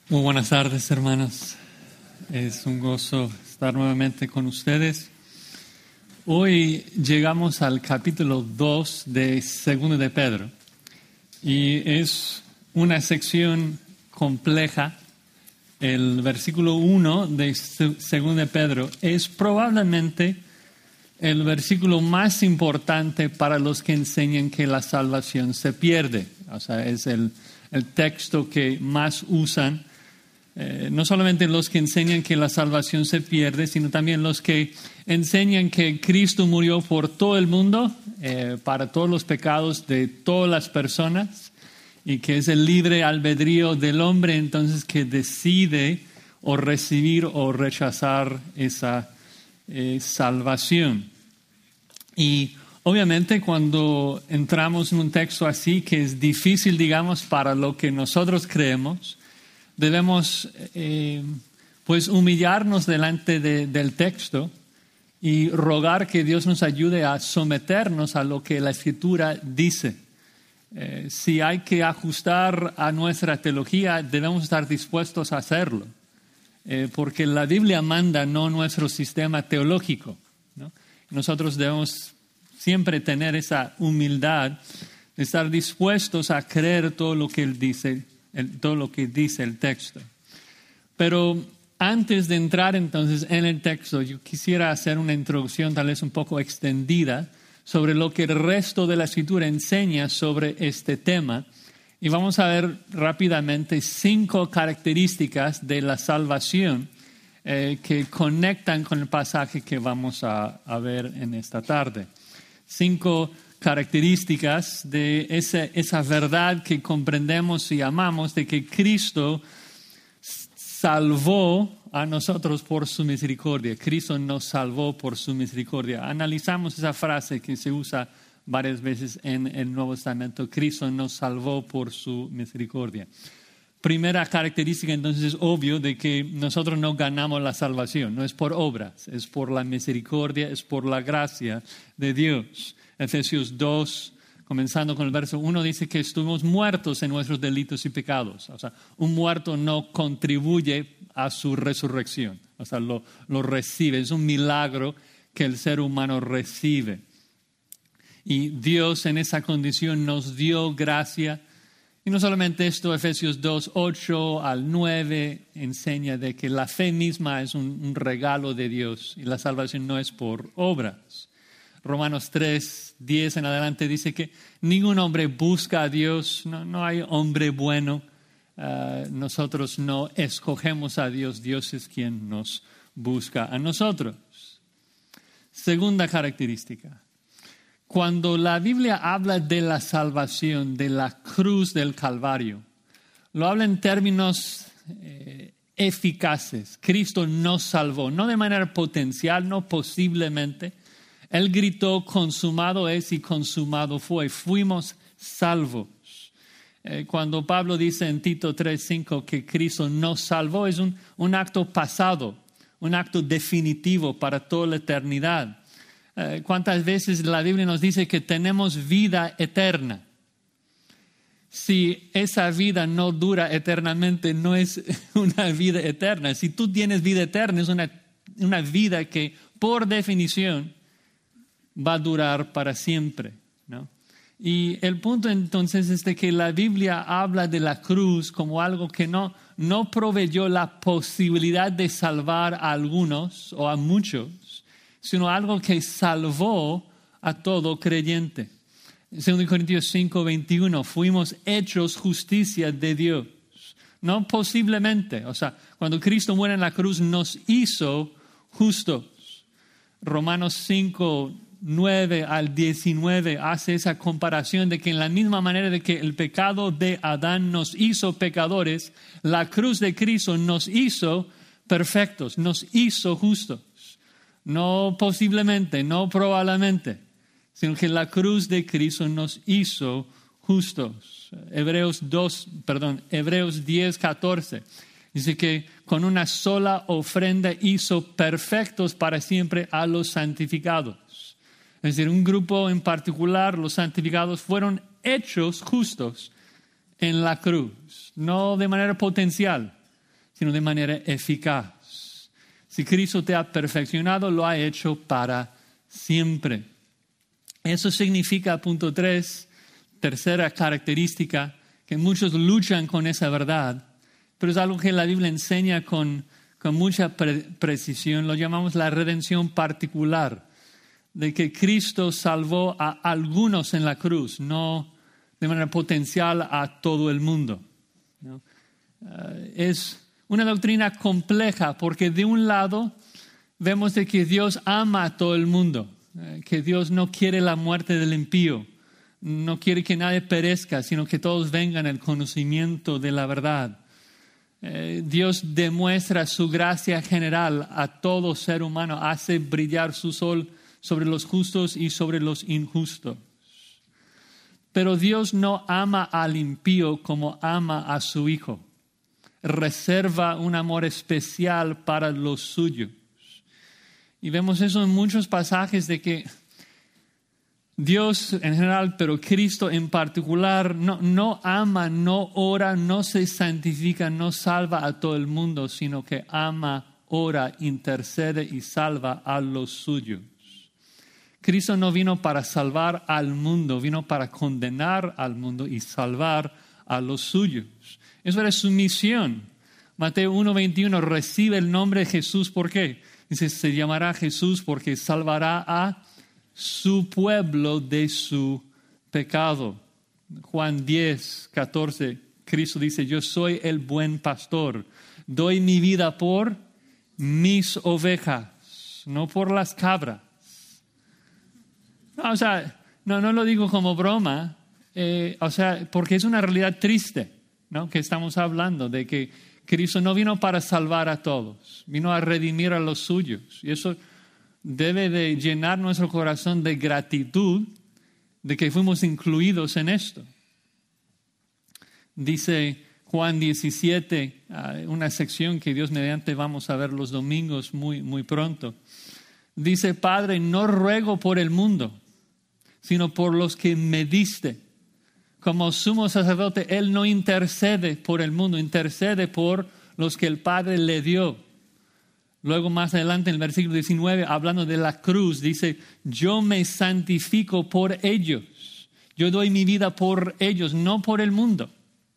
Muy buenas tardes, hermanos. Es un gozo estar nuevamente con ustedes. Hoy llegamos al capítulo 2 de Segundo de Pedro y es una sección compleja. El versículo 1 de Segundo de Pedro es probablemente el versículo más importante para los que enseñan que la salvación se pierde. O sea, es el texto que más usan. No solamente los que enseñan que la salvación se pierde, sino también los que enseñan que Cristo murió por todo el mundo, para todos los pecados de todas las personas, y que es el libre albedrío del hombre, entonces, que decide o recibir o rechazar esa salvación. Y obviamente cuando entramos en un texto así, que es difícil, digamos, para lo que nosotros creemos, debemos pues humillarnos delante del texto y rogar que Dios nos ayude a someternos a lo que la Escritura dice. Si hay que ajustar a nuestra teología, debemos estar dispuestos a hacerlo, porque la Biblia manda, no nuestro sistema teológico, ¿no? Nosotros debemos siempre tener esa humildad de estar dispuestos a creer todo lo que Él dice. Todo lo que dice el texto. Pero antes de entrar entonces en el texto, yo quisiera hacer una introducción tal vez un poco extendida sobre lo que el resto de la Escritura enseña sobre este tema. Y vamos a ver rápidamente 5 características de la salvación que conectan con el pasaje que vamos a ver en esta tarde. 5 características de esa verdad que comprendemos y amamos, de que Cristo salvó a nosotros por su misericordia. Cristo nos salvó por su misericordia. Analizamos esa frase que se usa varias veces en el Nuevo Testamento. Cristo nos salvó por su misericordia. Primera característica, entonces, es obvio de que nosotros no ganamos la salvación. No es por obras, es por la misericordia, es por la gracia de Dios. Efesios 2, comenzando con el verso 1, dice que estuvimos muertos en nuestros delitos y pecados. O sea, un muerto no contribuye a su resurrección. O sea, lo recibe. Es un milagro que el ser humano recibe. Y Dios en esa condición nos dio gracia. Y no solamente esto, Efesios 2, 8 al 9 enseña de que la fe misma es un regalo de Dios y la salvación no es por obras. Romanos 3, 10 en adelante dice que ningún hombre busca a Dios, no hay hombre bueno. Nosotros no escogemos a Dios, Dios es quien nos busca a nosotros. Segunda característica. Cuando la Biblia habla de la salvación, de la cruz del Calvario, lo habla en términos eficaces. Cristo nos salvó, no de manera potencial, no posiblemente. Él gritó, consumado es y consumado fue. Fuimos salvos. Cuando Pablo dice en Tito 3:5 que Cristo nos salvó, es un acto pasado, un acto definitivo para toda la eternidad. ¿Cuántas veces la Biblia nos dice que tenemos vida eterna? Si esa vida no dura eternamente, no es una vida eterna. Si tú tienes vida eterna, es una vida que por definición va a durar para siempre, ¿no? Y el punto entonces es de que la Biblia habla de la cruz como algo que no proveyó la posibilidad de salvar a algunos o a muchos, sino algo que salvó a todo creyente. En 2 Corintios 5, 21, fuimos hechos justicia de Dios. No posiblemente, o sea, cuando Cristo muere en la cruz nos hizo justos. Romanos 5, 9 al 19 hace esa comparación de que en la misma manera de que el pecado de Adán nos hizo pecadores, la cruz de Cristo nos hizo perfectos, nos hizo justos. No posiblemente, no probablemente, sino que la cruz de Cristo nos hizo justos. Hebreos 10, 14 dice que con una sola ofrenda hizo perfectos para siempre a los santificados. Es decir, un grupo en particular, los santificados, fueron hechos justos en la cruz, no de manera potencial, sino de manera eficaz. Si Cristo te ha perfeccionado, lo ha hecho para siempre. Eso significa, punto 3, tercera característica, que muchos luchan con esa verdad, pero es algo que la Biblia enseña con mucha precisión. Lo llamamos la redención particular, de que Cristo salvó a algunos en la cruz, no de manera potencial a todo el mundo, ¿no? Es una doctrina compleja porque de un lado vemos de que Dios ama a todo el mundo, que Dios no quiere la muerte del impío, no quiere que nadie perezca, sino que todos vengan al conocimiento de la verdad. Dios demuestra su gracia general a todo ser humano, hace brillar su sol sobre los justos y sobre los injustos. Pero Dios no ama al impío como ama a su Hijo. Reserva un amor especial para los suyos. Y vemos eso en muchos pasajes de que Dios en general, pero Cristo en particular, no ama, no ora, no se santifica, no salva a todo el mundo, sino que ama, ora, intercede y salva a los suyos. Cristo no vino para salvar al mundo, vino para condenar al mundo y salvar a los suyos. Eso era su misión. Mateo 1:21 recibe el nombre de Jesús. ¿Por qué? Dice, se llamará Jesús porque salvará a su pueblo de su pecado. Juan 10:14, Cristo dice, yo soy el buen pastor. Doy mi vida por mis ovejas, no por las cabras. No lo digo como broma, porque es una realidad triste, ¿no? Que estamos hablando de que Cristo no vino para salvar a todos, vino a redimir a los suyos. Y eso debe de llenar nuestro corazón de gratitud de que fuimos incluidos en esto. Dice Juan 17, una sección que Dios mediante vamos a ver los domingos muy, muy pronto. Dice, Padre, no ruego por el mundo, sino por los que me diste. Como sumo sacerdote, Él no intercede por el mundo, intercede por los que el Padre le dio. Luego más adelante en el versículo 19, hablando de la cruz, dice, yo me santifico por ellos. Yo doy mi vida por ellos, no por el mundo.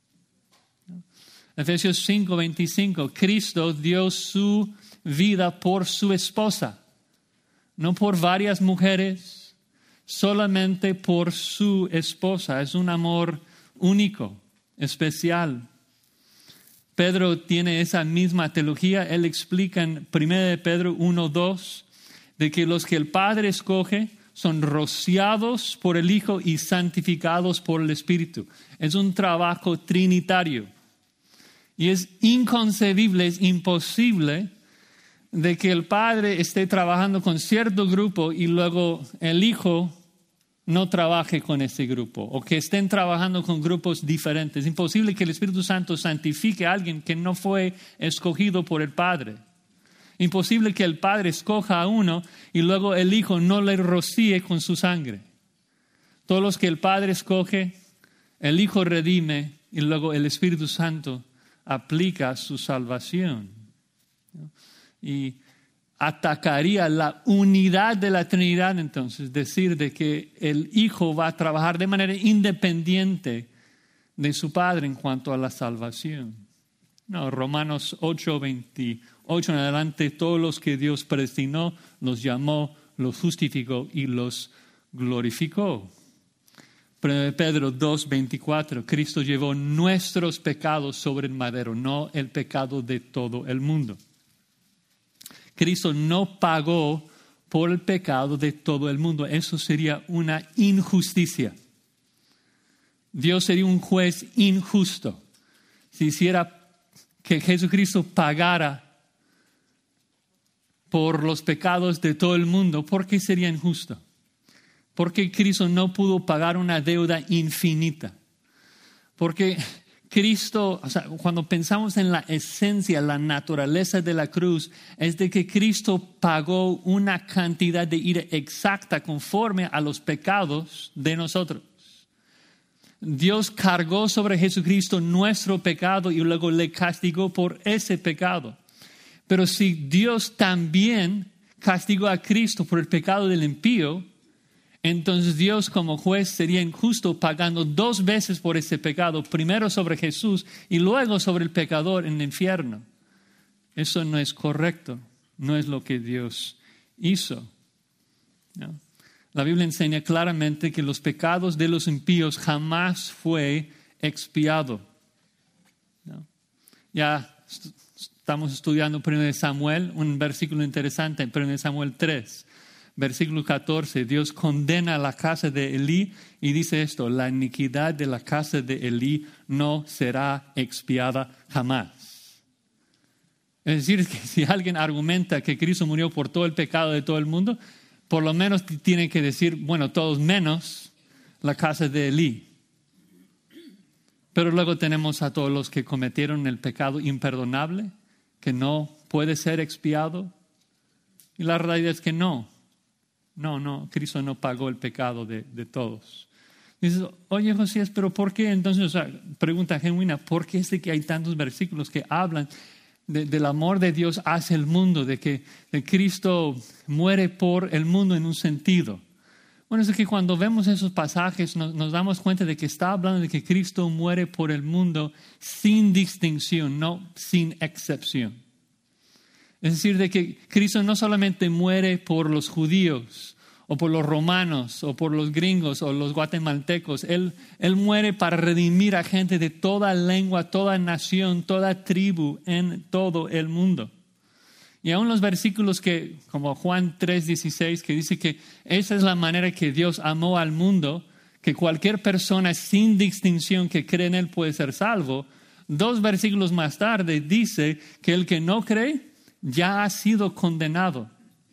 Efesios 5:25, Cristo dio su vida por su esposa, no por varias mujeres, solamente por su esposa. Es un amor único, especial. Pedro tiene esa misma teología. Él explica en 1 Pedro 1:2 de que los que el Padre escoge son rociados por el Hijo y santificados por el Espíritu. Es un trabajo trinitario. Y es inconcebible, es imposible de que el Padre esté trabajando con cierto grupo y luego el Hijo no trabaje con ese grupo, o que estén trabajando con grupos diferentes. Es imposible que el Espíritu Santo santifique a alguien que no fue escogido por el Padre. Imposible que el Padre escoja a uno y luego el Hijo no le rocíe con su sangre. Todos los que el Padre escoge, el Hijo redime y luego el Espíritu Santo aplica su salvación. Y atacaría la unidad de la Trinidad, entonces, decir de que el Hijo va a trabajar de manera independiente de su Padre en cuanto a la salvación. No, Romanos 8:28 en adelante, todos los que Dios predestinó, los llamó, los justificó y los glorificó. Pedro 2:24, Cristo llevó nuestros pecados sobre el madero, no el pecado de todo el mundo. Cristo no pagó por el pecado de todo el mundo. Eso sería una injusticia. Dios sería un juez injusto si hiciera que Jesucristo pagara por los pecados de todo el mundo. ¿Por qué sería injusto? Porque Cristo no pudo pagar una deuda infinita. Porque Cristo, cuando pensamos en la esencia, la naturaleza de la cruz, es de que Cristo pagó una cantidad de ira exacta conforme a los pecados de nosotros. Dios cargó sobre Jesucristo nuestro pecado y luego le castigó por ese pecado. Pero si Dios también castigó a Cristo por el pecado del impío, entonces Dios como juez sería injusto pagando 2 veces por ese pecado, primero sobre Jesús y luego sobre el pecador en el infierno. Eso no es correcto, no es lo que Dios hizo, ¿no? La Biblia enseña claramente que los pecados de los impíos jamás fue expiado, ¿no? Ya estamos estudiando 1 Samuel, un versículo interesante, 1 Samuel 3, versículo 14. Dios condena a la casa de Elí y dice esto: la iniquidad de la casa de Elí no será expiada jamás. Es decir, que si alguien argumenta que Cristo murió por todo el pecado de todo el mundo, por lo menos tiene que decir, bueno, todos menos la casa de Elí. Pero luego tenemos a todos los que cometieron el pecado imperdonable, que no puede ser expiado. Y la realidad es que no, Cristo no pagó el pecado de todos. Dices, oye, Josías, pero ¿por qué entonces? O sea, pregunta genuina, ¿por qué es de que hay tantos versículos que hablan del amor de Dios hacia el mundo, de que Cristo muere por el mundo en un sentido? Bueno, es que cuando vemos esos pasajes nos damos cuenta de que está hablando de que Cristo muere por el mundo sin distinción, no sin excepción. Es decir, de que Cristo no solamente muere por los judíos o por los romanos o por los gringos o los guatemaltecos. Él muere para redimir a gente de toda lengua, toda nación, toda tribu en todo el mundo. Y aún los versículos que, como Juan 3:16, que dice que esa es la manera que Dios amó al mundo, que cualquier persona sin distinción que cree en Él puede ser salvo. 2 versículos más tarde dice que el que no cree ya ha sido condenado.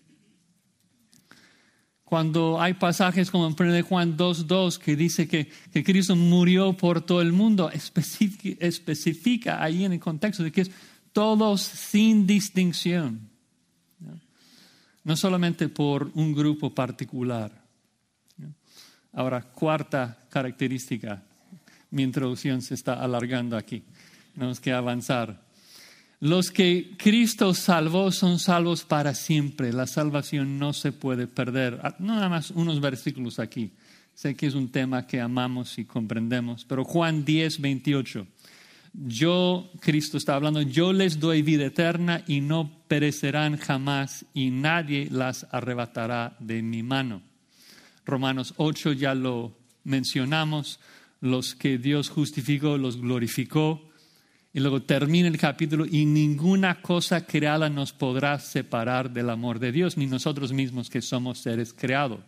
Cuando hay pasajes como en 1 Juan 2:2 que dice que Cristo murió por todo el mundo, especifica ahí en el contexto de que es todos sin distinción, ¿no? No solamente por un grupo particular, ¿no? Ahora, 4ª característica. Mi introducción se está alargando aquí. Tenemos que avanzar. Los que Cristo salvó son salvos para siempre. La salvación no se puede perder. No nada más unos versículos aquí. Sé que es un tema que amamos y comprendemos. Pero Juan 10:28. Cristo está hablando, yo les doy vida eterna y no perecerán jamás y nadie las arrebatará de mi mano. Romanos 8 ya lo mencionamos. Los que Dios justificó, los glorificó. Y luego termina el capítulo, y ninguna cosa creada nos podrá separar del amor de Dios, ni nosotros mismos que somos seres creados.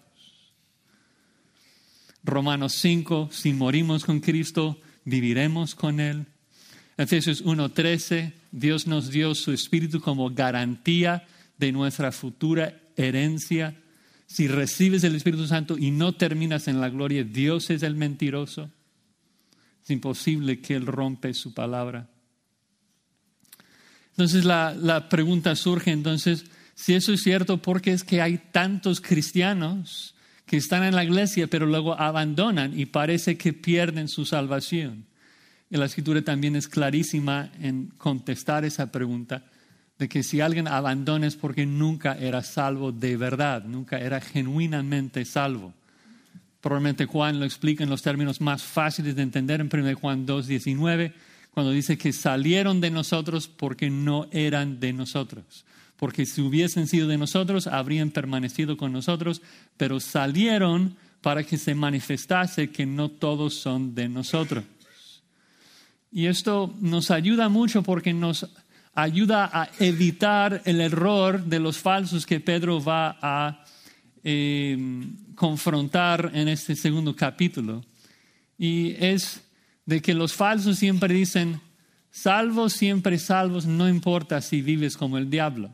Romanos 5, si morimos con Cristo, viviremos con Él. Efesios 1:13, Dios nos dio su Espíritu como garantía de nuestra futura herencia. Si recibes el Espíritu Santo y no terminas en la gloria, Dios es el mentiroso. Es imposible que Él rompe su palabra. Entonces la pregunta surge, entonces, si eso es cierto, ¿por qué es que hay tantos cristianos que están en la iglesia pero luego abandonan y parece que pierden su salvación? Y la Escritura también es clarísima en contestar esa pregunta, de que si alguien abandona es porque nunca era salvo de verdad, nunca era genuinamente salvo. Probablemente Juan lo explica en los términos más fáciles de entender en 1 Juan 2:19, cuando dice que salieron de nosotros porque no eran de nosotros. Porque si hubiesen sido de nosotros, habrían permanecido con nosotros, pero salieron para que se manifestase que no todos son de nosotros. Y esto nos ayuda mucho porque nos ayuda a evitar el error de los falsos que Pedro va a confrontar en este segundo capítulo. Y es de que los falsos siempre dicen, salvos, siempre salvos, no importa si vives como el diablo.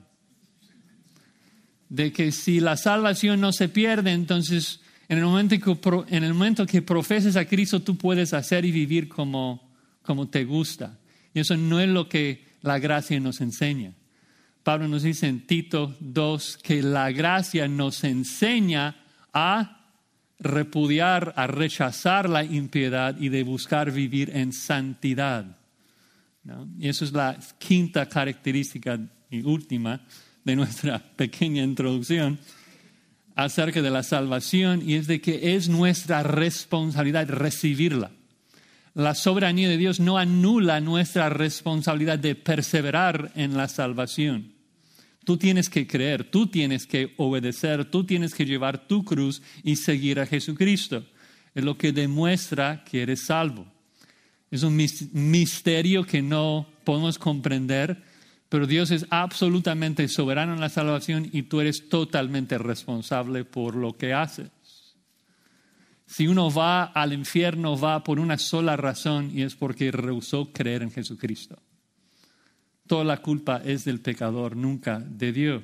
De que si la salvación no se pierde, entonces en el momento que profeses a Cristo, tú puedes hacer y vivir como te gusta. Y eso no es lo que la gracia nos enseña. Pablo nos dice en Tito 2 que la gracia nos enseña a repudiar, a rechazar la impiedad y de buscar vivir en santidad, ¿no? Y eso es la quinta característica y última de nuestra pequeña introducción acerca de la salvación, y es de que es nuestra responsabilidad recibirla. La soberanía de Dios no anula nuestra responsabilidad de perseverar en la salvación. Tú tienes que creer, tú tienes que obedecer, tú tienes que llevar tu cruz y seguir a Jesucristo. Es lo que demuestra que eres salvo. Es un misterio que no podemos comprender, pero Dios es absolutamente soberano en la salvación y tú eres totalmente responsable por lo que haces. Si uno va al infierno, va por una sola razón, y es porque rehusó creer en Jesucristo. Toda la culpa es del pecador, nunca de Dios.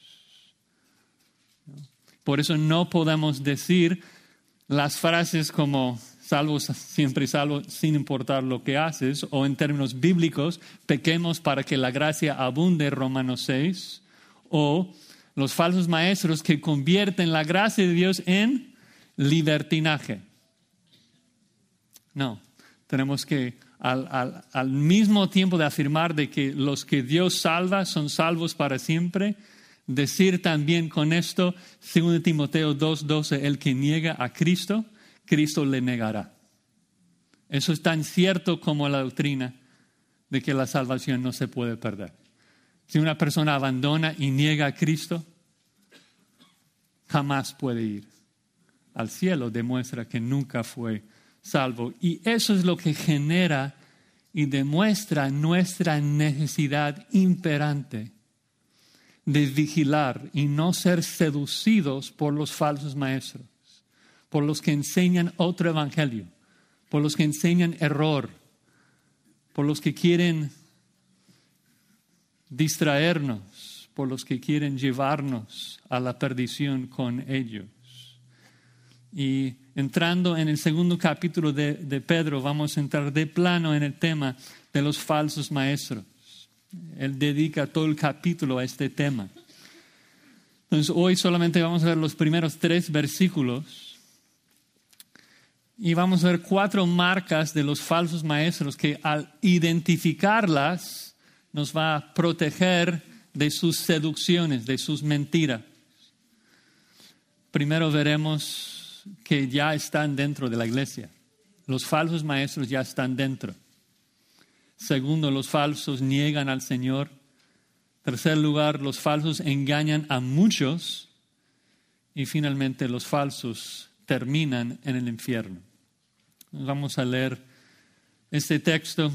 Por eso no podemos decir las frases como salvo siempre salvo sin importar lo que haces, o en términos bíblicos, pequemos para que la gracia abunde, Romanos 6, o los falsos maestros que convierten la gracia de Dios en libertinaje. No, tenemos que al mismo tiempo de afirmar de que los que Dios salva son salvos para siempre, decir también con esto, 2 Timoteo 2:12, el que niega a Cristo, Cristo le negará. Eso es tan cierto como la doctrina de que la salvación no se puede perder. Si una persona abandona y niega a Cristo, jamás puede ir al cielo. Demuestra que nunca fue salvo. Y eso es lo que genera y demuestra nuestra necesidad imperante de vigilar y no ser seducidos por los falsos maestros, por los que enseñan otro evangelio, por los que enseñan error, por los que quieren distraernos, por los que quieren llevarnos a la perdición con ellos. Y entrando en el segundo capítulo de Pedro, vamos a entrar de plano en el tema de los falsos maestros. Él dedica todo el capítulo a este tema. Entonces hoy solamente vamos a ver los primeros 3 versículos y vamos a ver 4 marcas de los falsos maestros que al identificarlas nos va a proteger de sus seducciones, de sus mentiras. Primero veremos que ya están dentro de la iglesia. Los falsos maestros ya están dentro. Segundo, los falsos niegan al Señor. Tercer lugar, los falsos engañan a muchos. Y finalmente, los falsos terminan en el infierno. Vamos a leer este texto,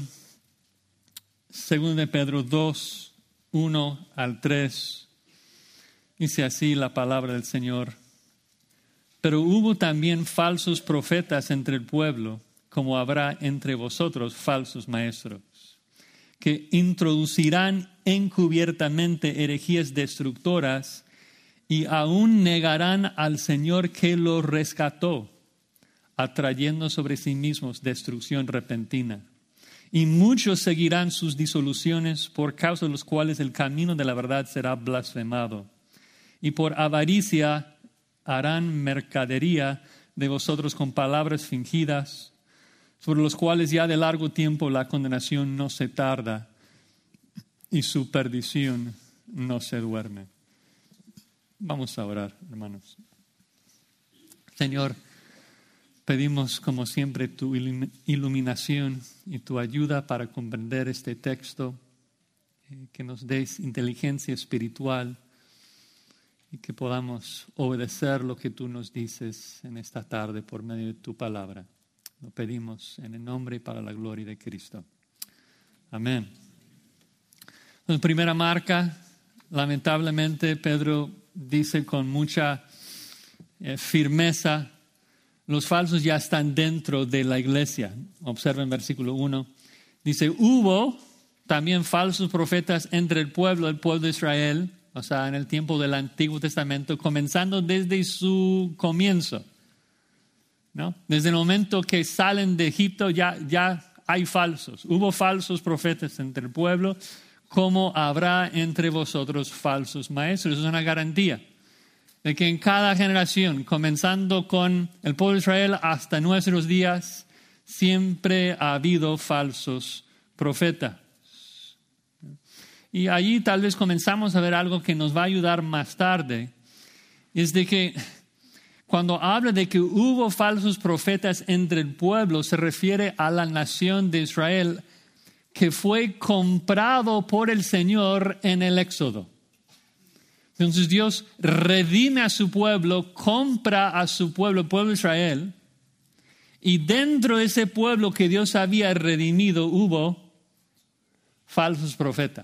2 de Pedro 2, 1 al 3. Dice así la palabra del Señor. Pero hubo también falsos profetas entre el pueblo, como habrá entre vosotros falsos maestros, que introducirán encubiertamente herejías destructoras y aún negarán al Señor que los rescató, atrayendo sobre sí mismos destrucción repentina. Y muchos seguirán sus disoluciones, por causa de los cuales el camino de la verdad será blasfemado. Y por avaricia harán mercadería de vosotros con palabras fingidas, sobre los cuales ya de largo tiempo la condenación no se tarda y su perdición no se duerme. Vamos a orar, hermanos. Señor, pedimos como siempre tu iluminación y tu ayuda para comprender este texto, que nos des inteligencia espiritual y que podamos obedecer lo que tú nos dices en esta tarde por medio de tu palabra. Lo pedimos en el nombre y para la gloria de Cristo. Amén. La primera marca, lamentablemente, Pedro dice con mucha firmeza, los falsos ya están dentro de la iglesia. Observen versículo 1. Dice, hubo también falsos profetas entre el pueblo de Israel, o sea, en el tiempo del Antiguo Testamento, comenzando desde su comienzo, ¿no? Desde el momento que salen de Egipto ya hay falsos. Hubo falsos profetas entre el pueblo, como habrá entre vosotros falsos maestros. Es una garantía. de que en cada generación, comenzando con el pueblo de Israel hasta nuestros días, siempre ha habido falsos profetas. Y allí tal vez comenzamos a ver algo que nos va a ayudar más tarde, es de que cuando habla de que hubo falsos profetas entre el pueblo, se refiere a la nación de Israel que fue comprado por el Señor en el Éxodo. Entonces Dios redime a su pueblo, compra a su pueblo, el pueblo de Israel, y dentro de ese pueblo que Dios había redimido hubo falsos profetas.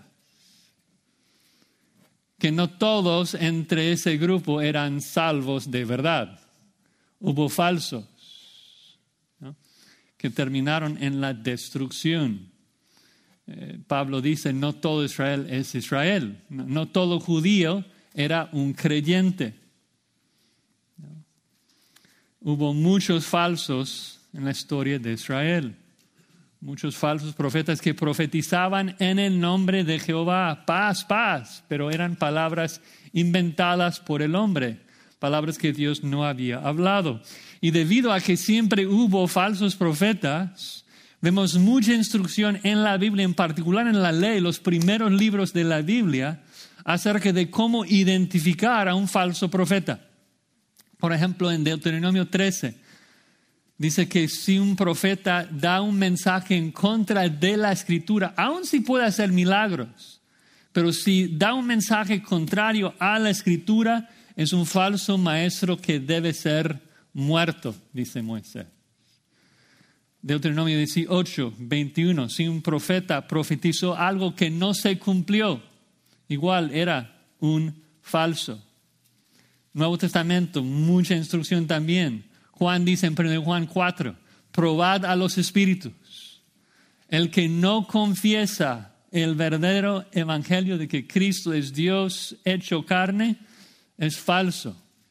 Que no todos entre ese grupo eran salvos de verdad. Hubo falsos, ¿no?, que terminaron en la destrucción. Pablo dice, no todo Israel es Israel. No todo judío era un creyente. ¿No? Hubo muchos falsos en la historia de Israel. Muchos falsos profetas que profetizaban en el nombre de Jehová, paz, paz, pero eran palabras inventadas por el hombre, palabras que Dios no había hablado. Y debido a que siempre hubo falsos profetas, vemos mucha instrucción en la Biblia, en particular en la ley, los primeros libros de la Biblia, acerca de cómo identificar a un falso profeta. Por ejemplo, en Deuteronomio 13, dice que si un profeta da un mensaje en contra de la Escritura, aun si puede hacer milagros, pero si da un mensaje contrario a la Escritura, es un falso maestro que debe ser muerto, dice Moisés. Deuteronomio 18, 21, si un profeta profetizó algo que no se cumplió, igual era un falso. Nuevo Testamento, mucha instrucción también. Juan dice en 1 Juan 4, probad a los espíritus. El que no confiesa el verdadero evangelio de que Cristo es Dios hecho carne, es falso.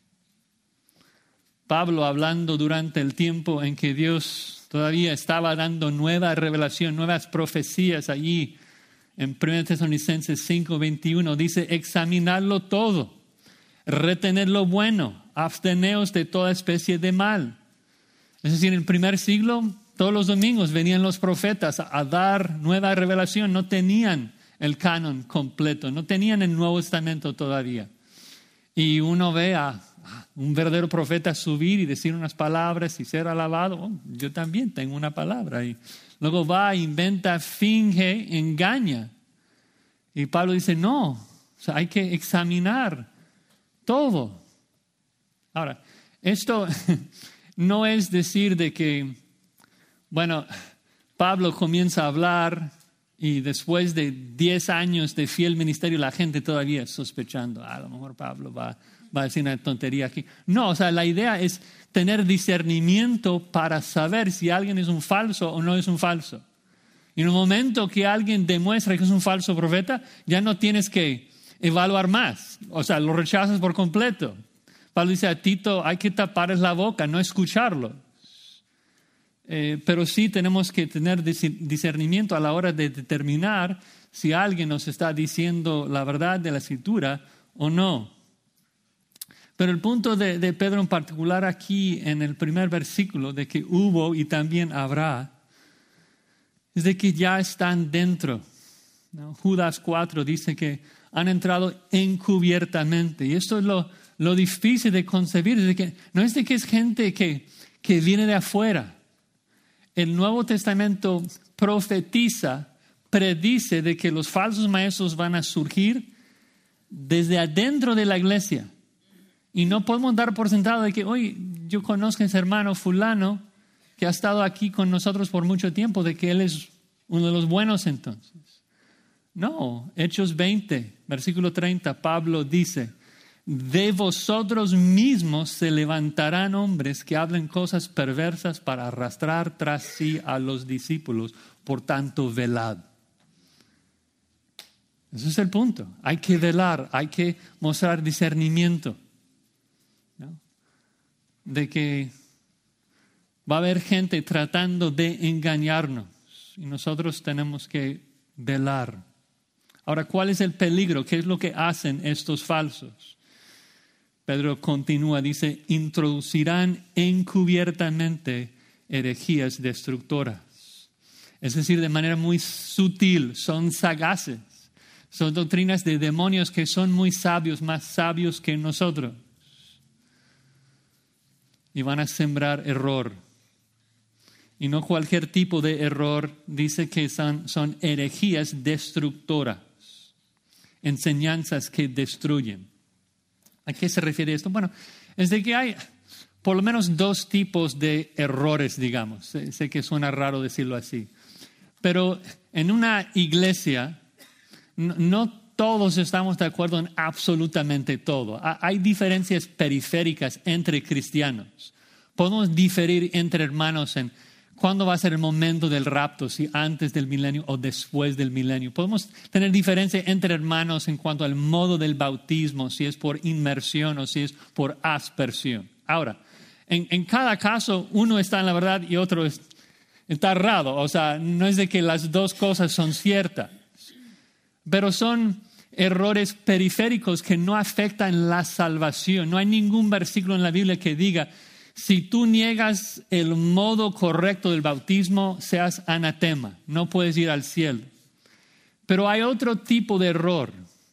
Pablo, hablando durante el tiempo en que Dios todavía estaba dando nueva revelación, nuevas profecías allí, en 1 Tesalonicenses 5, 21, dice, examinadlo todo, retened lo bueno, absteneos de toda especie de mal. Es decir, en el primer siglo, todos los domingos venían los profetas a dar nueva revelación. No tenían el canon completo, no tenían el Nuevo Testamento todavía. Y uno ve a un verdadero profeta subir y decir unas palabras y ser alabado. Oh, yo también tengo una palabra. Y luego va, inventa, finge, engaña. Y Pablo dice, no, o sea, hay que examinar todo. Ahora, esto no es decir de que, bueno, Pablo comienza a hablar y después de 10 años de fiel ministerio la gente todavía sospechando, a lo mejor Pablo va a decir una tontería aquí. No, o sea, la idea es tener discernimiento para saber si alguien es un falso o no es un falso. Y en el momento que alguien demuestra que es un falso profeta, ya no tienes que evaluar más. O sea, lo rechazas por completo. Pablo dice a Tito, hay que taparles la boca, no escucharlo. Pero sí tenemos que tener discernimiento a la hora de determinar si alguien nos está diciendo la verdad de la Escritura o no. Pero el punto de Pedro en particular aquí en el primer versículo, de que hubo y también habrá, es de que ya están dentro, ¿no? Judas 4 dice que han entrado encubiertamente. Y esto es lo difícil de concebir. Es de que, no es de que es gente que viene de afuera. El Nuevo Testamento profetiza, predice de que los falsos maestros van a surgir desde adentro de la iglesia. Y no podemos dar por sentado de que, oye, yo conozco a ese hermano fulano que ha estado aquí con nosotros por mucho tiempo, de que él es uno de los buenos entonces. No, Hechos 20, versículo 30, Pablo dice, de vosotros mismos se levantarán hombres que hablen cosas perversas para arrastrar tras sí a los discípulos, por tanto velad. Ese es el punto, hay que velar, hay que mostrar discernimiento, ¿no? De que va a haber gente tratando de engañarnos y nosotros tenemos que velar. Ahora, ¿cuál es el peligro? ¿Qué es lo que hacen estos falsos? Pedro continúa, dice, introducirán encubiertamente herejías destructoras. Es decir, de manera muy sutil, son sagaces. Son doctrinas de demonios que son muy sabios, más sabios que nosotros. Y van a sembrar error. Y no cualquier tipo de error, dice que son herejías destructoras. Enseñanzas que destruyen. ¿A qué se refiere esto? Bueno, es de que hay por lo menos dos tipos de errores, digamos. Sé que suena raro decirlo así. Pero en una iglesia, no todos estamos de acuerdo en absolutamente todo. Hay diferencias periféricas entre cristianos. Podemos diferir entre hermanos en cuándo va a ser el momento del rapto, si antes del milenio o después del milenio. Podemos tener diferencia entre hermanos en cuanto al modo del bautismo, si es por inmersión o si es por aspersión. Ahora, en cada caso, uno está en la verdad y otro está errado. O sea, no es de que las dos cosas son ciertas, pero son errores periféricos que no afectan la salvación. No hay ningún versículo en la Biblia que diga, si tú niegas el modo correcto del bautismo, seas anatema, no puedes ir al cielo. Pero hay otro tipo de error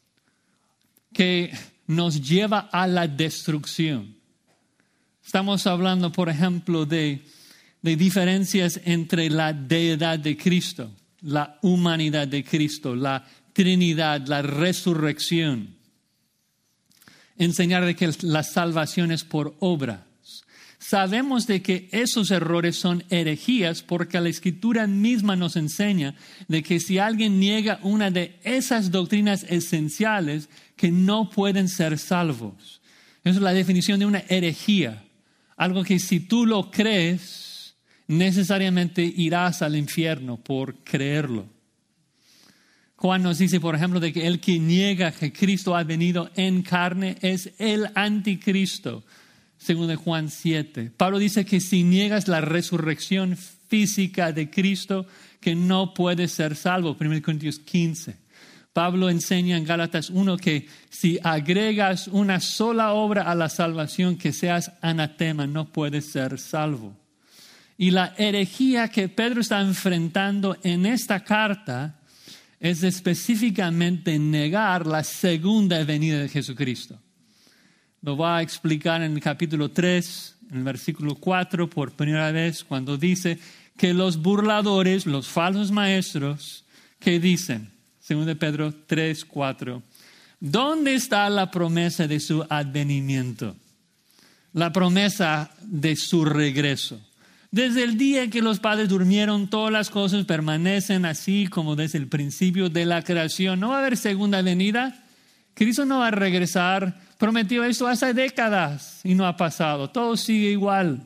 que nos lleva a la destrucción. Estamos hablando, por ejemplo, de diferencias entre la deidad de Cristo, la humanidad de Cristo, la Trinidad, la resurrección. Enseñar de que la salvación es por obra. Sabemos de que esos errores son herejías porque la Escritura misma nos enseña de que si alguien niega una de esas doctrinas esenciales, que no pueden ser salvos. Esa es la definición de una herejía. Algo que si tú lo crees, necesariamente irás al infierno por creerlo. Juan nos dice, por ejemplo, de que el que niega que Cristo ha venido en carne es el anticristo. Según de Juan 7. Pablo dice que si niegas la resurrección física de Cristo, que no puedes ser salvo. 1 Corintios 15. Pablo enseña en Gálatas 1 que si agregas una sola obra a la salvación, que seas anatema, no puedes ser salvo. Y la herejía que Pedro está enfrentando en esta carta es específicamente negar la segunda venida de Jesucristo. Lo va a explicar en el capítulo 3, en el versículo 4, por primera vez, cuando dice que los burladores, los falsos maestros, que dicen, según de Pedro 3, 4, ¿dónde está la promesa de su advenimiento? La promesa de su regreso. Desde el día que los padres durmieron, todas las cosas permanecen así como desde el principio de la creación. ¿No va a haber segunda venida? Cristo no va a regresar. Prometió esto hace décadas y no ha pasado. Todo sigue igual.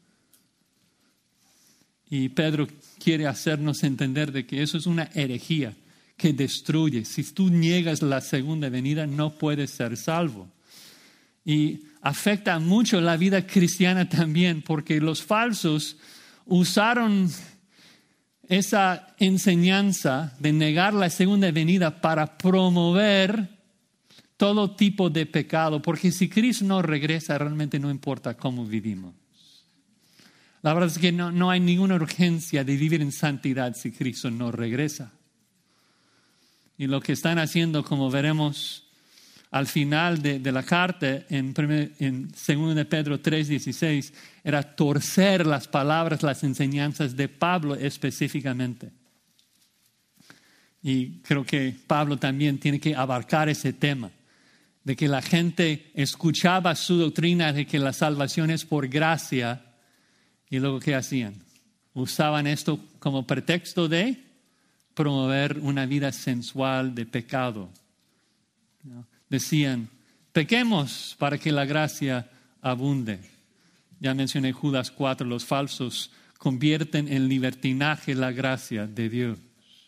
Y Pedro quiere hacernos entender de que eso es una herejía que destruye. Si tú niegas la segunda venida, no puedes ser salvo. Y afecta mucho la vida cristiana también, porque los falsos usaron esa enseñanza de negar la segunda venida para promover todo tipo de pecado, porque si Cristo no regresa, realmente no importa cómo vivimos. La verdad es que no hay ninguna urgencia de vivir en santidad si Cristo no regresa. Y lo que están haciendo, como veremos al final de la carta, en 2 de Pedro 3:16, era torcer las palabras, las enseñanzas de Pablo específicamente. Y creo que Pablo también tiene que abarcar ese tema, de que la gente escuchaba su doctrina de que la salvación es por gracia, y luego ¿qué hacían? Usaban esto como pretexto de promover una vida sensual de pecado. ¿No? Decían, pequemos para que la gracia abunde. Ya mencioné Judas 4, los falsos convierten en libertinaje la gracia de Dios.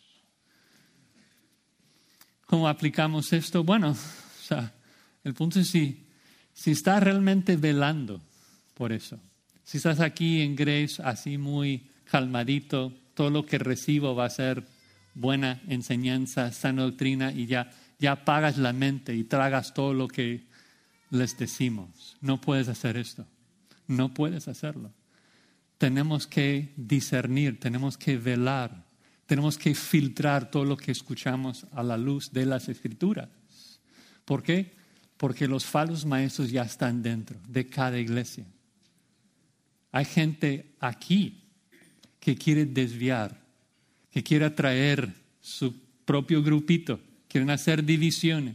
¿Cómo aplicamos esto? Bueno, el punto es si estás realmente velando por eso. Si estás aquí en Grace así muy calmadito, todo lo que recibo va a ser buena enseñanza, sana doctrina, y ya apagas la mente y tragas todo lo que les decimos, no puedes hacer esto, no puedes hacerlo. Tenemos que discernir, tenemos que velar, tenemos que filtrar todo lo que escuchamos a la luz de las Escrituras. ¿Por qué? Porque los falsos maestros ya están dentro de cada iglesia. Hay gente aquí que quiere desviar, que quiere atraer su propio grupito, quieren hacer divisiones.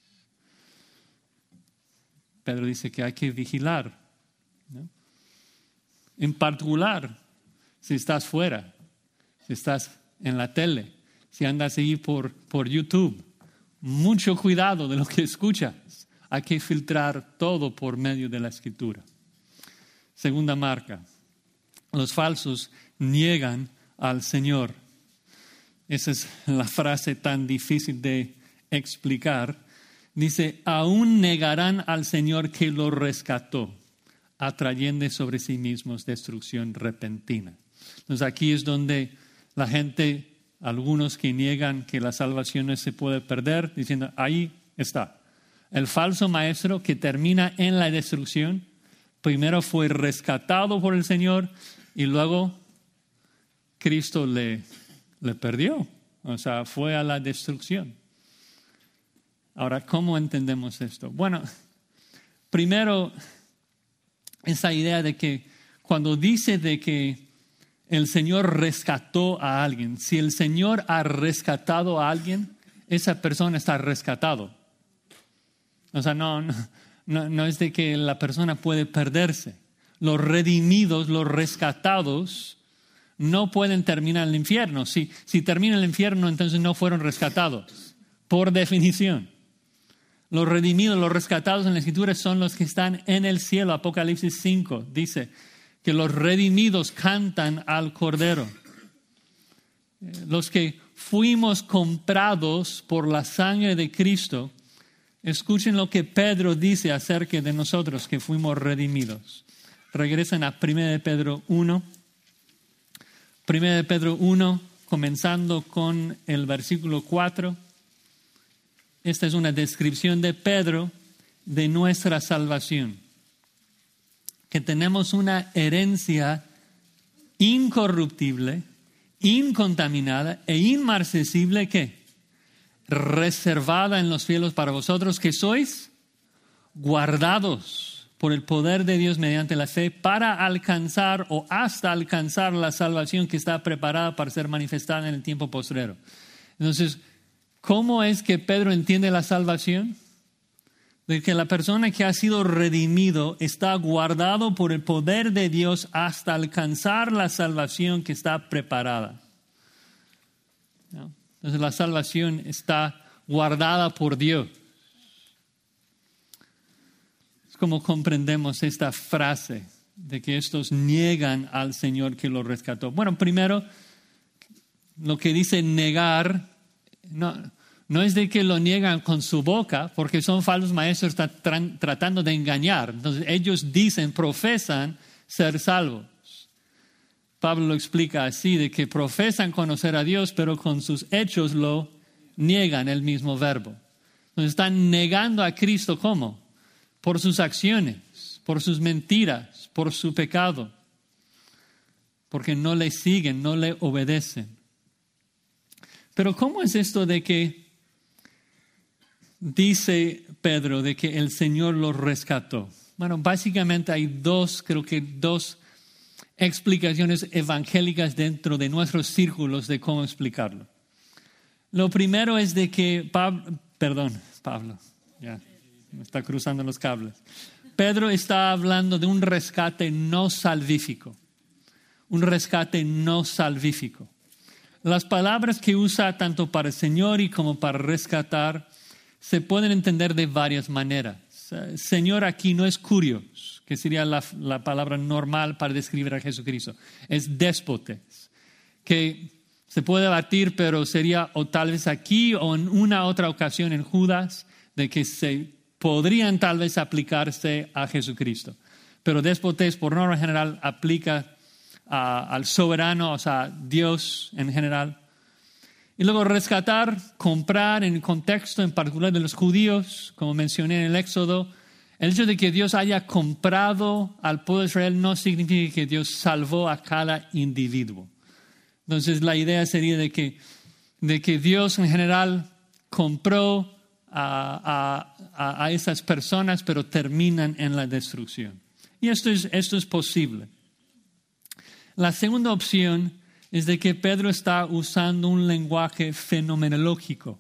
Pedro dice que hay que vigilar, ¿no? En particular, si estás fuera, si estás en la tele, si andas ahí por YouTube, mucho cuidado de lo que escuchas. Hay que filtrar todo por medio de la Escritura. Segunda marca, los falsos niegan al Señor. Esa es la frase tan difícil de explicar. Dice, aún negarán al Señor que lo rescató, atrayendo sobre sí mismos destrucción repentina. Entonces aquí es donde la gente, algunos que niegan que la salvación no se puede perder, diciendo, ahí está. El falso maestro que termina en la destrucción, primero fue rescatado por el Señor y luego Cristo le perdió. O sea, fue a la destrucción. Ahora, ¿cómo entendemos esto? Bueno, primero, esa idea de que cuando dice de que el Señor rescató a alguien, si el Señor ha rescatado a alguien, esa persona está rescatado. O sea, no es de que la persona puede perderse. Los redimidos, los rescatados, no pueden terminar el infierno. Si termina el infierno, entonces no fueron rescatados, por definición. Los redimidos, los rescatados en la Escritura son los que están en el cielo. Apocalipsis 5 dice que los redimidos cantan al Cordero. Los que fuimos comprados por la sangre de Cristo, escuchen lo que Pedro dice acerca de nosotros que fuimos redimidos. Regresen a 1 Pedro 1. 1 Pedro 1, comenzando con el versículo 4. Esta es una descripción de Pedro de nuestra salvación. Que tenemos una herencia incorruptible, incontaminada e inmarcesible, ¿qué? Reservada en los cielos para vosotros que sois guardados por el poder de Dios mediante la fe para alcanzar o hasta alcanzar la salvación que está preparada para ser manifestada en el tiempo postrero. Entonces, ¿cómo es que Pedro entiende la salvación? De que la persona que ha sido redimido está guardado por el poder de Dios hasta alcanzar la salvación que está preparada. ¿No? Entonces la salvación está guardada por Dios. Es como comprendemos esta frase de que estos niegan al Señor que los rescató. Bueno, primero, lo que dice negar, no es de que lo niegan con su boca, porque son falsos maestros tratando de engañar. Entonces ellos dicen, profesan ser salvos. Pablo lo explica así, de que profesan conocer a Dios, pero con sus hechos lo niegan, el mismo verbo. Entonces están negando a Cristo, ¿cómo? Por sus acciones, por sus mentiras, por su pecado. Porque no le siguen, no le obedecen. Pero ¿cómo es esto de que dice Pedro de que el Señor los rescató? Bueno, básicamente hay dos explicaciones evangélicas dentro de nuestros círculos de cómo explicarlo. Lo primero es de que Pablo, ya me está cruzando los cables. Pedro está hablando de un rescate no salvífico. Un rescate no salvífico. Las palabras que usa tanto para el Señor y como para rescatar se pueden entender de varias maneras. Señor aquí no es kurios, que sería la palabra normal para describir a Jesucristo. Es déspotes, que se puede debatir, pero sería o tal vez aquí o en una otra ocasión en Judas, de que se podrían tal vez aplicarse a Jesucristo. Pero déspotes por norma general aplica al soberano, o sea, Dios en general. Y luego rescatar, comprar en el contexto en particular de los judíos, como mencioné en el Éxodo, El hecho de que Dios haya comprado al pueblo de Israel no significa que Dios salvó a cada individuo. Entonces la idea sería de que Dios en general compró a esas personas, pero terminan en la destrucción. Y esto es posible. La segunda opción es de que Pedro está usando un lenguaje fenomenológico.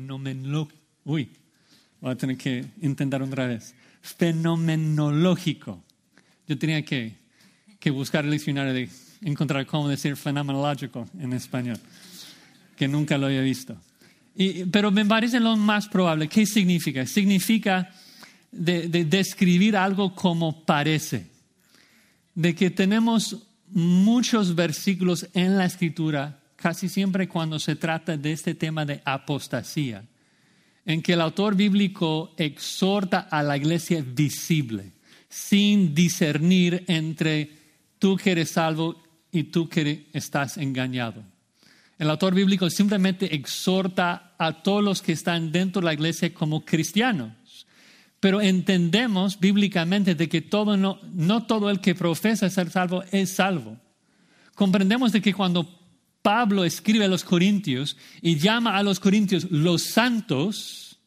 Voy a tener que intentar otra vez. Fenomenológico. Yo tenía que buscar el diccionario de encontrar cómo decir fenomenológico en español, que nunca lo había visto. Pero me parece lo más probable. ¿Qué significa? Significa de describir algo como parece. De que tenemos muchos versículos en la Escritura, casi siempre cuando se trata de este tema de apostasía, en que el autor bíblico exhorta a la iglesia visible, sin discernir entre tú que eres salvo y tú que estás engañado. El autor bíblico simplemente exhorta a todos los que están dentro de la iglesia como cristianos. Pero entendemos bíblicamente de que no todo el que profesa ser salvo es salvo. Comprendemos de que cuando Pablo escribe a los corintios y llama a los corintios los santos,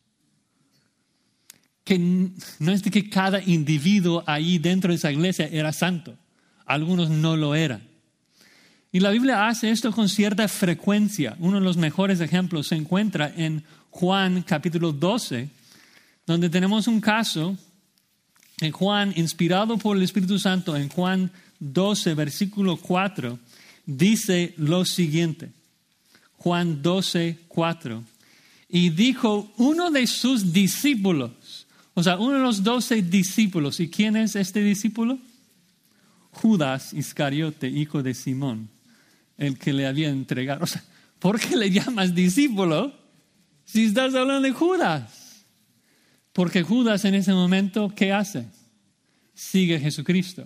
que no es de que cada individuo ahí dentro de esa iglesia era santo. Algunos no lo eran. Y la Biblia hace esto con cierta frecuencia. Uno de los mejores ejemplos se encuentra en Juan capítulo 12, donde tenemos un caso en Juan, inspirado por el Espíritu Santo, en Juan 12, versículo 4, dice lo siguiente. Juan 12, 4. Y dijo uno de sus discípulos, o sea, uno de los 12 discípulos. ¿Y quién es este discípulo? Judas Iscariote, hijo de Simón, el que le había entregado. O sea, ¿por qué le llamas discípulo si estás hablando de Judas? Porque Judas en ese momento, ¿qué hace? Sigue a Jesucristo.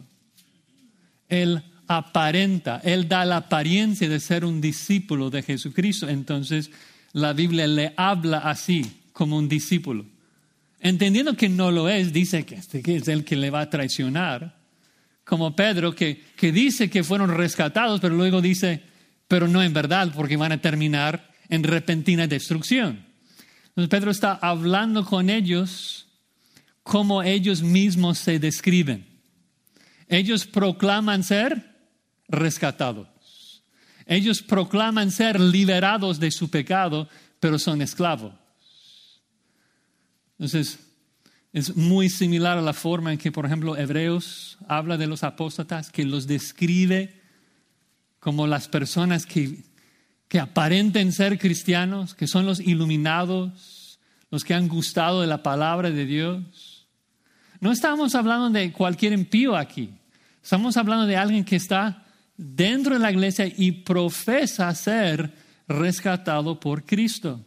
Él aparenta, él da la apariencia de ser un discípulo de Jesucristo. Entonces la Biblia le habla así, como un discípulo. Entendiendo que no lo es, dice que es el que le va a traicionar. Como Pedro, que dice que fueron rescatados, pero luego dice, pero no en verdad, porque van a terminar en repentina destrucción. Entonces Pedro está hablando con ellos como ellos mismos se describen. Ellos proclaman ser rescatados. Ellos proclaman ser liberados de su pecado, pero son esclavos. Entonces, es muy similar a la forma en que, por ejemplo, Hebreos habla de los apóstatas, que los describe como las personas que aparenten ser cristianos, que son los iluminados, los que han gustado de la palabra de Dios. No estamos hablando de cualquier impío aquí. Estamos hablando de alguien que está dentro de la iglesia y profesa ser rescatado por Cristo.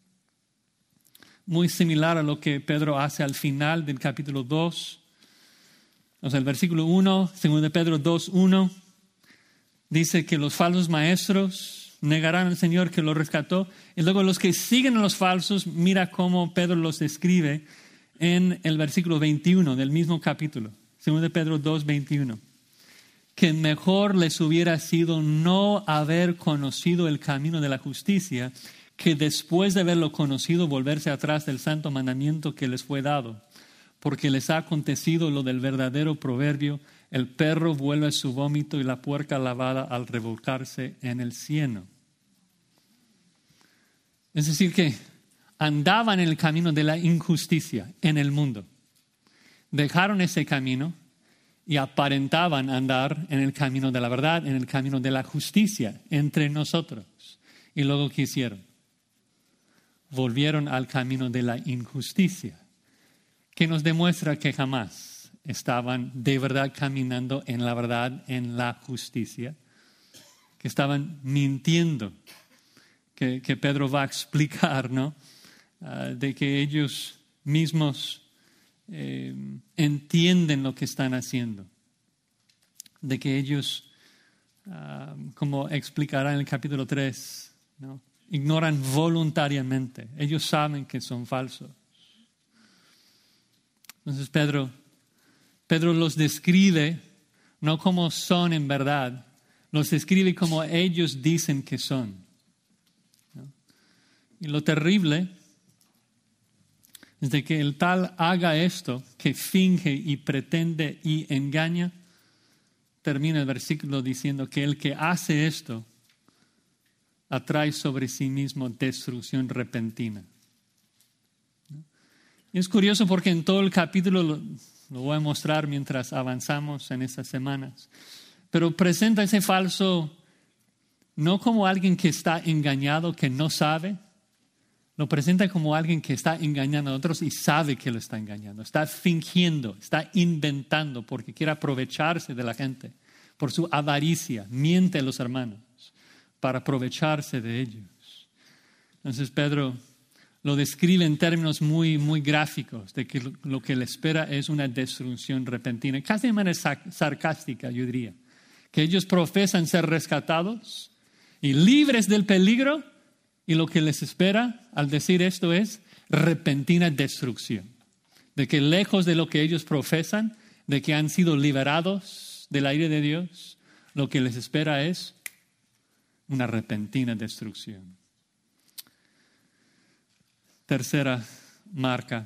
Muy similar a lo que Pedro hace al final del capítulo 2. O sea, el versículo 1, 2 de Pedro 2:1, dice que los falsos maestros negarán al Señor que los rescató. Y luego los que siguen a los falsos, mira cómo Pedro los describe en el versículo 21 del mismo capítulo. 2 de Pedro 2:21. Que mejor les hubiera sido no haber conocido el camino de la justicia, que después de haberlo conocido volverse atrás del santo mandamiento que les fue dado. Porque les ha acontecido lo del verdadero proverbio: el perro vuelve a su vómito y la puerca lavada al revolcarse en el cieno. Es decir, que andaban en el camino de la injusticia en el mundo. Dejaron ese camino y aparentaban andar en el camino de la verdad, en el camino de la justicia entre nosotros. Y luego, ¿qué hicieron? Volvieron al camino de la injusticia, que nos demuestra que jamás estaban de verdad caminando en la verdad, en la justicia, que estaban mintiendo, que Pedro va a explicar, ¿no? De que ellos mismos entienden lo que están haciendo, de que ellos, como explicará en el capítulo 3, ¿no?, ignoran voluntariamente. Ellos saben que son falsos. Entonces Pedro los describe no como son en verdad, los describe como ellos dicen que son, ¿no? Y lo terrible es de que el tal haga esto, que finge y pretende y engaña, termina el versículo diciendo que el que hace esto atrae sobre sí mismo destrucción repentina. Y es curioso porque en todo el capítulo, lo voy a mostrar mientras avanzamos en estas semanas, pero presenta ese falso no como alguien que está engañado, que no sabe, lo presenta como alguien que está engañando a otros y sabe que lo está engañando, está fingiendo, está inventando porque quiere aprovecharse de la gente por su avaricia, miente a los hermanos para aprovecharse de ellos. Entonces Pedro lo describe en términos muy, muy gráficos, de que lo que le espera es una destrucción repentina, casi de manera sarcástica, yo diría, que ellos profesan ser rescatados y libres del peligro, y lo que les espera al decir esto es repentina destrucción, de que lejos de lo que ellos profesan, de que han sido liberados de la ira de Dios, lo que les espera es una repentina destrucción. Tercera marca.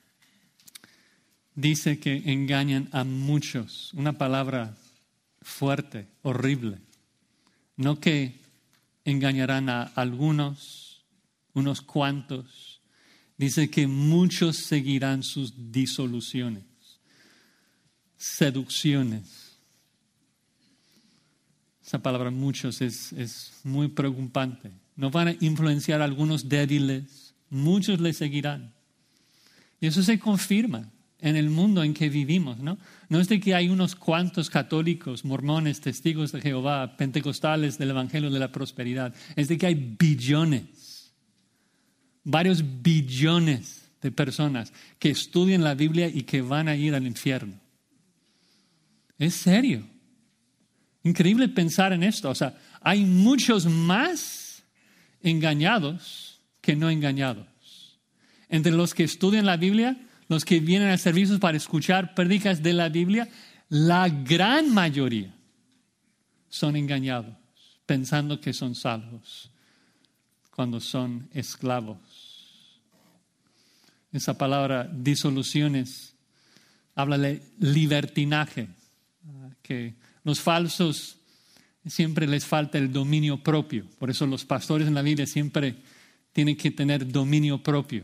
Dice que engañan a muchos. Una palabra fuerte, horrible. No que engañarán a algunos, unos cuantos. Dice que muchos seguirán sus disoluciones, seducciones. Esa palabra muchos es muy preocupante. No van a influenciar a algunos débiles, muchos le seguirán. Y eso se confirma en el mundo en que vivimos, ¿no? No es de que hay unos cuantos católicos, mormones, testigos de Jehová, pentecostales del Evangelio de la Prosperidad. Es de que hay billones, varios billones de personas que estudian la Biblia y que van a ir al infierno. Es serio. Increíble pensar en esto. O sea, hay muchos más engañados que no engañados. Entre los que estudian la Biblia, los que vienen a servicios para escuchar prédicas de la Biblia, la gran mayoría son engañados, pensando que son salvos, cuando son esclavos. Esa palabra disoluciones habla de libertinaje, que los falsos siempre les falta el dominio propio. Por eso los pastores en la Biblia siempre tienen que tener dominio propio.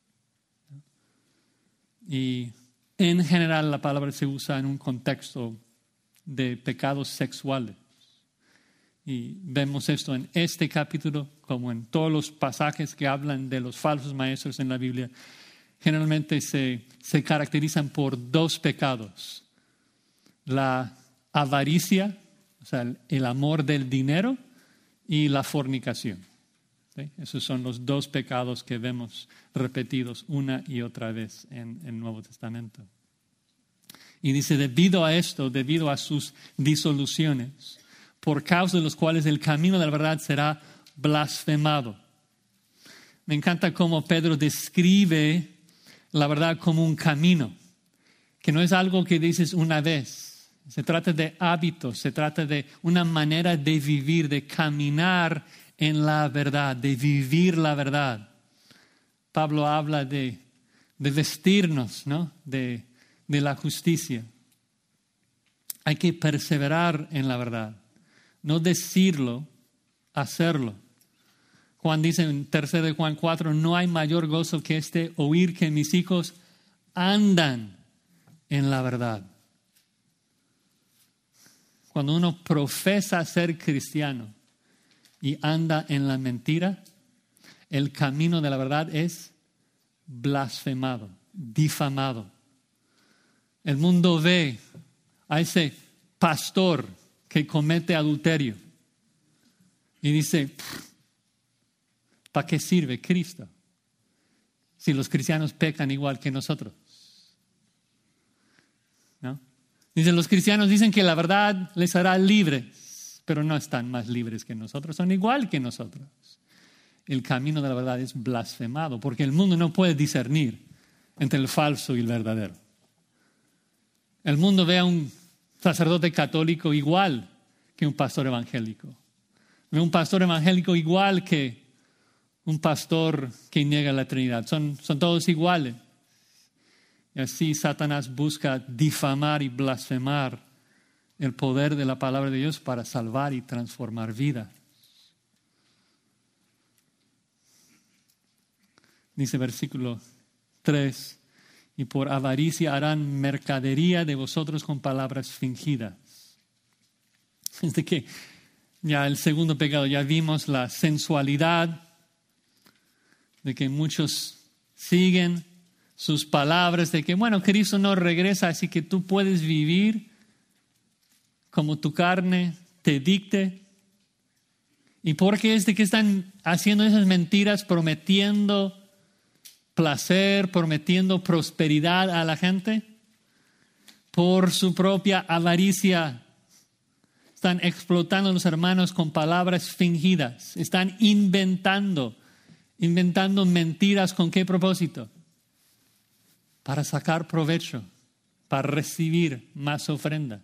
Y en general la palabra se usa en un contexto de pecados sexuales. Y vemos esto en este capítulo, como en todos los pasajes que hablan de los falsos maestros en la Biblia. Generalmente se caracterizan por dos pecados. La avaricia, o sea, el amor del dinero, y la fornicación. ¿Sí? Esos son los dos pecados que vemos repetidos una y otra vez en el Nuevo Testamento. Y dice, debido a esto, debido a sus disoluciones, por causa de los cuales el camino de la verdad será blasfemado. Me encanta cómo Pedro describe la verdad como un camino, que no es algo que dices una vez. Se trata de hábitos, se trata de una manera de vivir, de caminar en la verdad, de vivir la verdad. Pablo habla de vestirnos, ¿no? de la justicia. Hay que perseverar en la verdad, no decirlo, hacerlo. Juan dice en 3 de Juan 4, no hay mayor gozo que este, oír que mis hijos andan en la verdad. Cuando uno profesa ser cristiano y anda en la mentira, el camino de la verdad es blasfemado, difamado. El mundo ve a ese pastor que comete adulterio y dice, ¿para qué sirve Cristo si los cristianos pecan igual que nosotros? ¿No? Dicen, los cristianos dicen que la verdad les hará libres, pero no están más libres que nosotros, son igual que nosotros. El camino de la verdad es blasfemado, porque el mundo no puede discernir entre el falso y el verdadero. El mundo ve a un sacerdote católico igual que un pastor evangélico. Ve a un pastor evangélico igual que un pastor que niega la Trinidad. Son todos iguales. Y así Satanás busca difamar y blasfemar el poder de la palabra de Dios para salvar y transformar vidas. Dice versículo 3, y por avaricia harán mercadería de vosotros con palabras fingidas. Es de que ya el segundo pecado, ya vimos la sensualidad, de que muchos siguen sus palabras, de que bueno, Cristo no regresa, así que tú puedes vivir como tu carne te dicte. ¿Y por qué es de que están haciendo esas mentiras, prometiendo placer, prometiendo prosperidad a la gente? Por su propia avaricia. Están explotando a los hermanos con palabras fingidas. Están inventando mentiras. ¿Con qué propósito? Para sacar provecho, para recibir más ofrenda.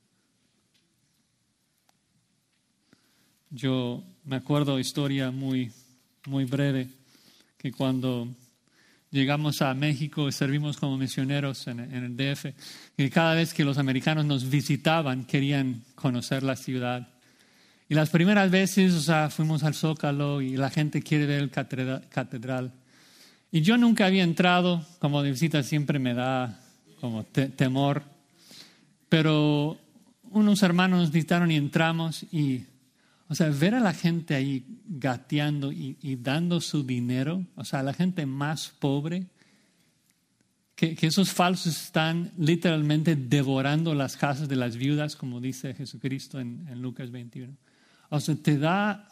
Yo me acuerdo historia muy, muy breve, que cuando llegamos a México y servimos como misioneros en el DF, que cada vez que los americanos nos visitaban querían conocer la ciudad. Y las primeras veces, fuimos al Zócalo y la gente quiere ver el catedral. Y yo nunca había entrado, como de visita siempre me da como temor. Pero unos hermanos nos visitaron y entramos y, ver a la gente ahí gateando y dando su dinero, la gente más pobre, que esos falsos están literalmente devorando las casas de las viudas, como dice Jesucristo en Lucas 21. Te da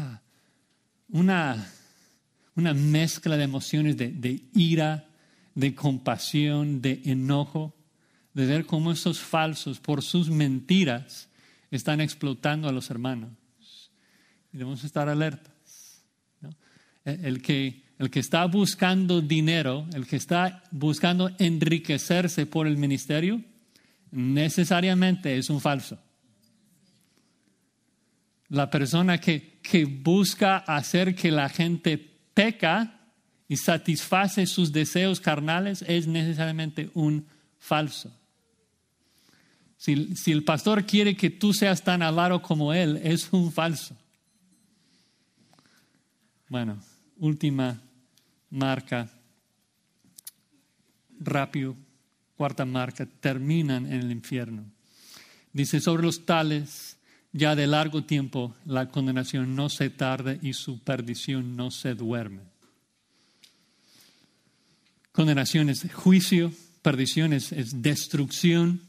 una mezcla de emociones de ira, de compasión, de enojo, de ver cómo esos falsos, por sus mentiras, están explotando a los hermanos. Y debemos estar alertas, ¿no? El que está buscando dinero, el que está buscando enriquecerse por el ministerio, necesariamente es un falso. La persona que busca hacer que la gente peca y satisface sus deseos carnales es necesariamente un falso. Si el pastor quiere que tú seas tan avaro como él, es un falso. Bueno, última marca, rápido, cuarta marca, terminan en el infierno. Dice, sobre los tales, ya de largo tiempo, la condenación no se tarda y su perdición no se duerme. Condenación es juicio, perdición es destrucción.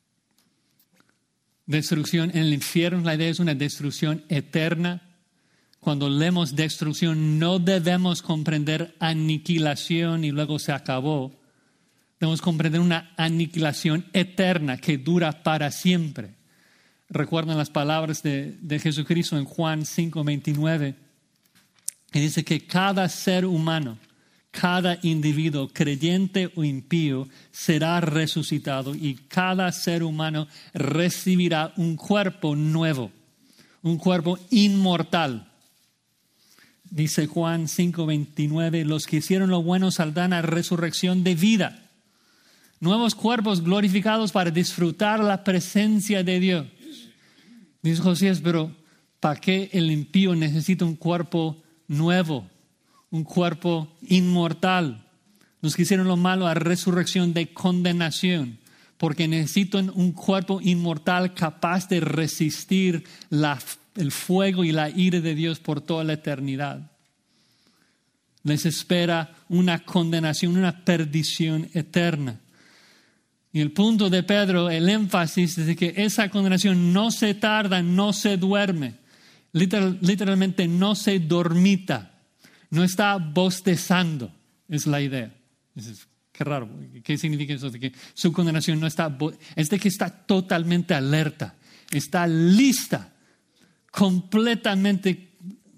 Destrucción en el infierno, la idea es una destrucción eterna. Cuando leemos destrucción, no debemos comprender aniquilación y luego se acabó. Debemos comprender una aniquilación eterna que dura para siempre. Recuerdan las palabras de Jesucristo en Juan 5:29, que dice que cada ser humano, cada individuo, creyente o impío, será resucitado y cada ser humano recibirá un cuerpo nuevo, un cuerpo inmortal. Dice Juan 5:29, los que hicieron lo bueno saldrán a resurrección de vida. Nuevos cuerpos glorificados para disfrutar la presencia de Dios. Dice Josías, pero ¿para qué el impío necesita un cuerpo nuevo? Un cuerpo inmortal. Los que hicieron lo malo a resurrección de condenación. Porque necesitan un cuerpo inmortal capaz de resistir el fuego y la ira de Dios por toda la eternidad. Les espera una condenación, una perdición eterna. Y el punto de Pedro, el énfasis es de que esa condenación no se tarda, no se duerme. Literalmente no se dormita. No está bostezando, es la idea. Qué raro, ¿qué significa eso? De que su condenación no está, es de que está totalmente alerta, está lista, completamente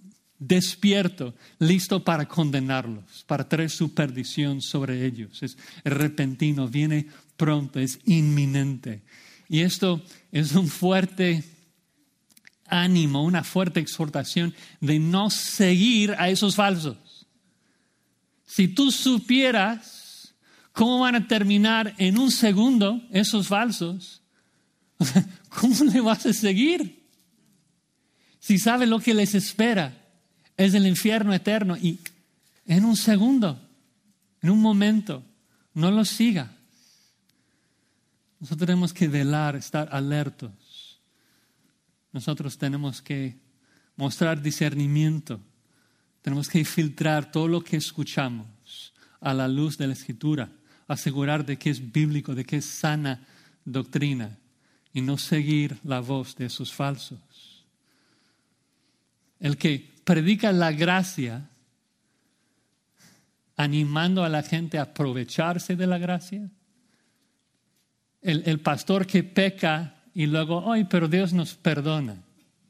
despierto, listo para condenarlos, para traer su perdición sobre ellos. Es repentino, viene pronto, es inminente. Y esto es un fuerte ánimo, una fuerte exhortación de no seguir a esos falsos. Si tú supieras cómo van a terminar en un segundo esos falsos, ¿cómo le vas a seguir? Si sabes lo que les espera, es el infierno eterno y en un segundo, en un momento, no los sigas. Nosotros tenemos que velar, estar alertos. Nosotros tenemos que mostrar discernimiento. Tenemos que filtrar todo lo que escuchamos a la luz de la Escritura. Asegurar de que es bíblico, de que es sana doctrina. Y no seguir la voz de esos falsos. El que predica la gracia, animando a la gente a aprovecharse de la gracia. El pastor que peca y luego, ay, pero Dios nos perdona.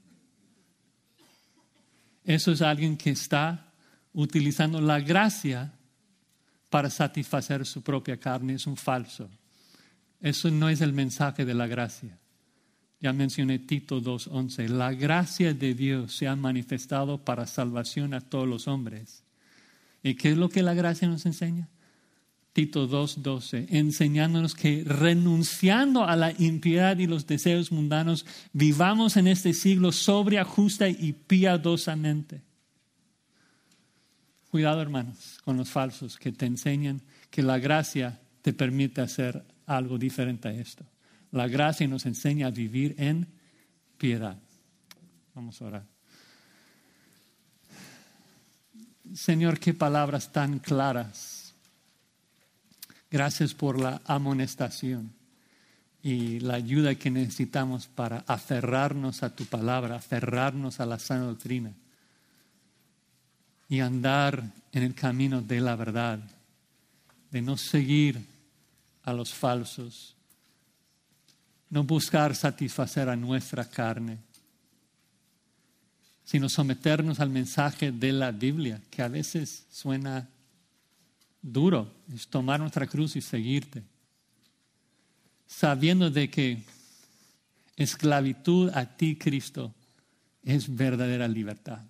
Eso es alguien que está utilizando la gracia para satisfacer su propia carne. Es un falso. Eso no es el mensaje de la gracia. Ya mencioné Tito 2:11. La gracia de Dios se ha manifestado para salvación a todos los hombres. ¿Y qué es lo que la gracia nos enseña? Tito 2:12, enseñándonos que renunciando a la impiedad y los deseos mundanos, vivamos en este siglo sobria, justa y piadosamente. Cuidado, hermanos, con los falsos que te enseñan que la gracia te permite hacer algo diferente a esto. La gracia nos enseña a vivir en piedad. Vamos a orar. Señor, qué palabras tan claras. Gracias por la amonestación y la ayuda que necesitamos para aferrarnos a tu palabra, aferrarnos a la sana doctrina y andar en el camino de la verdad, de no seguir a los falsos, no buscar satisfacer a nuestra carne, sino someternos al mensaje de la Biblia, que a veces suena duro, es tomar nuestra cruz y seguirte, sabiendo de que esclavitud a ti, Cristo, es verdadera libertad.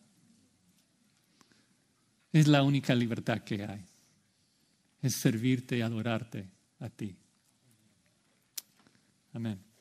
Es la única libertad que hay. Es servirte y adorarte a ti. Amén.